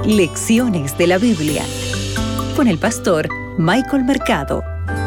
Lecciones de la Biblia con el pastor Michael Mercado.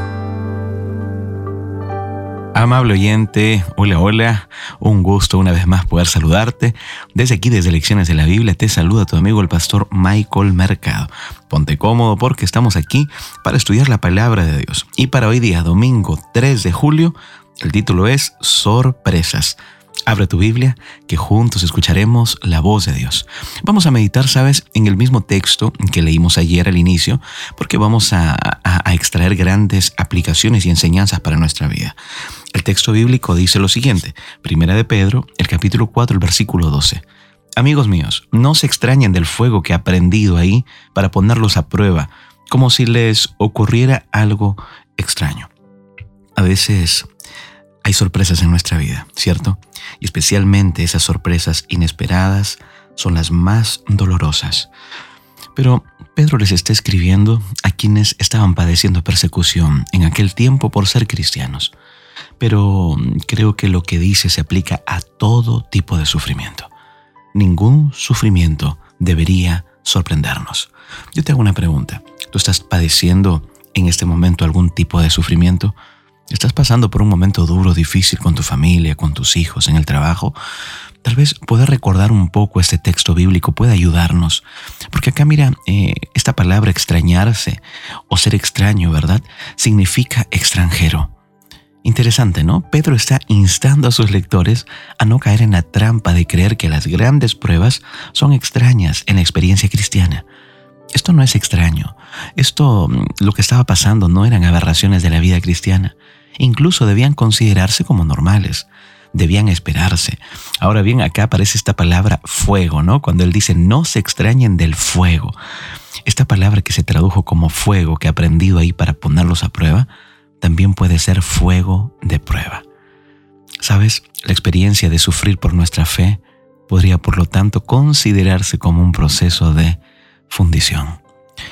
Amable oyente, hola, un gusto una vez más poder saludarte. Desde aquí, desde Lecciones de la Biblia, te saluda tu amigo el pastor Michael Mercado. Ponte cómodo porque estamos aquí para estudiar la palabra de Dios. Y para hoy día, domingo 3 de julio, el título es Sorpresas. Abre tu Biblia, que juntos escucharemos la voz de Dios. Vamos a meditar, en el mismo texto que leímos ayer al inicio, porque vamos a extraer grandes aplicaciones y enseñanzas para nuestra vida. El texto bíblico dice lo siguiente, Primera de Pedro, el capítulo 4, el versículo 12. Amigos míos, no se extrañen del fuego que ha prendido ahí para ponerlos a prueba, como si les ocurriera algo extraño. A veces hay sorpresas en nuestra vida, ¿cierto? Y especialmente esas sorpresas inesperadas son las más dolorosas. Pero Pedro les está escribiendo a quienes estaban padeciendo persecución en aquel tiempo por ser cristianos. Pero creo que lo que dice se aplica a todo tipo de sufrimiento. Ningún sufrimiento debería sorprendernos. Yo te hago una pregunta. ¿Tú estás padeciendo en este momento algún tipo de sufrimiento? ¿Estás pasando por un momento duro, difícil con tu familia, con tus hijos, en el trabajo? Tal vez poder recordar un poco este texto bíblico puede ayudarnos. Porque acá mira, esta palabra extrañarse o ser extraño, ¿verdad? Significa extranjero. Interesante, ¿no? Pedro está instando a sus lectores a no caer en la trampa de creer que las grandes pruebas son extrañas en la experiencia cristiana. Esto no es extraño. Lo que estaba pasando no eran aberraciones de la vida cristiana. Incluso debían considerarse como normales. Debían esperarse. Ahora bien, acá aparece esta palabra fuego, ¿no? Cuando él dice, no se extrañen del fuego. Esta palabra que se tradujo como fuego, que ha prendido ahí para ponerlos a prueba, también puede ser fuego de prueba. ¿Sabes? La experiencia de sufrir por nuestra fe podría, por lo tanto, considerarse como un proceso de fundición.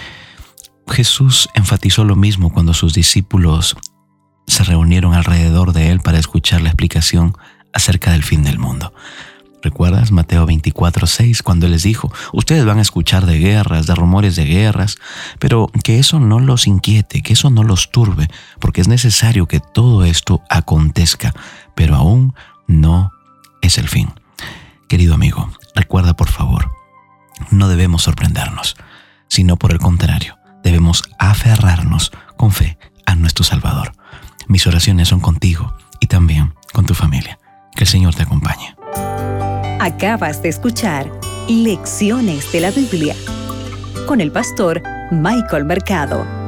Jesús enfatizó lo mismo cuando sus discípulos se reunieron alrededor de él para escuchar la explicación acerca del fin del mundo. ¿Recuerdas Mateo 24:6 cuando él les dijo, ustedes van a escuchar de guerras, de rumores de guerras, pero que eso no los inquiete, que eso no los turbe, porque es necesario que todo esto acontezca, pero aún no es el fin? Querido amigo, recuerda por favor, no debemos sorprendernos, sino por el contrario, debemos aferrarnos con fe a nuestro Salvador. Mis oraciones son contigo y también con tu familia. Que el Señor te acompañe. Acabas de escuchar Lecciones de la Biblia con el pastor Michael Mercado.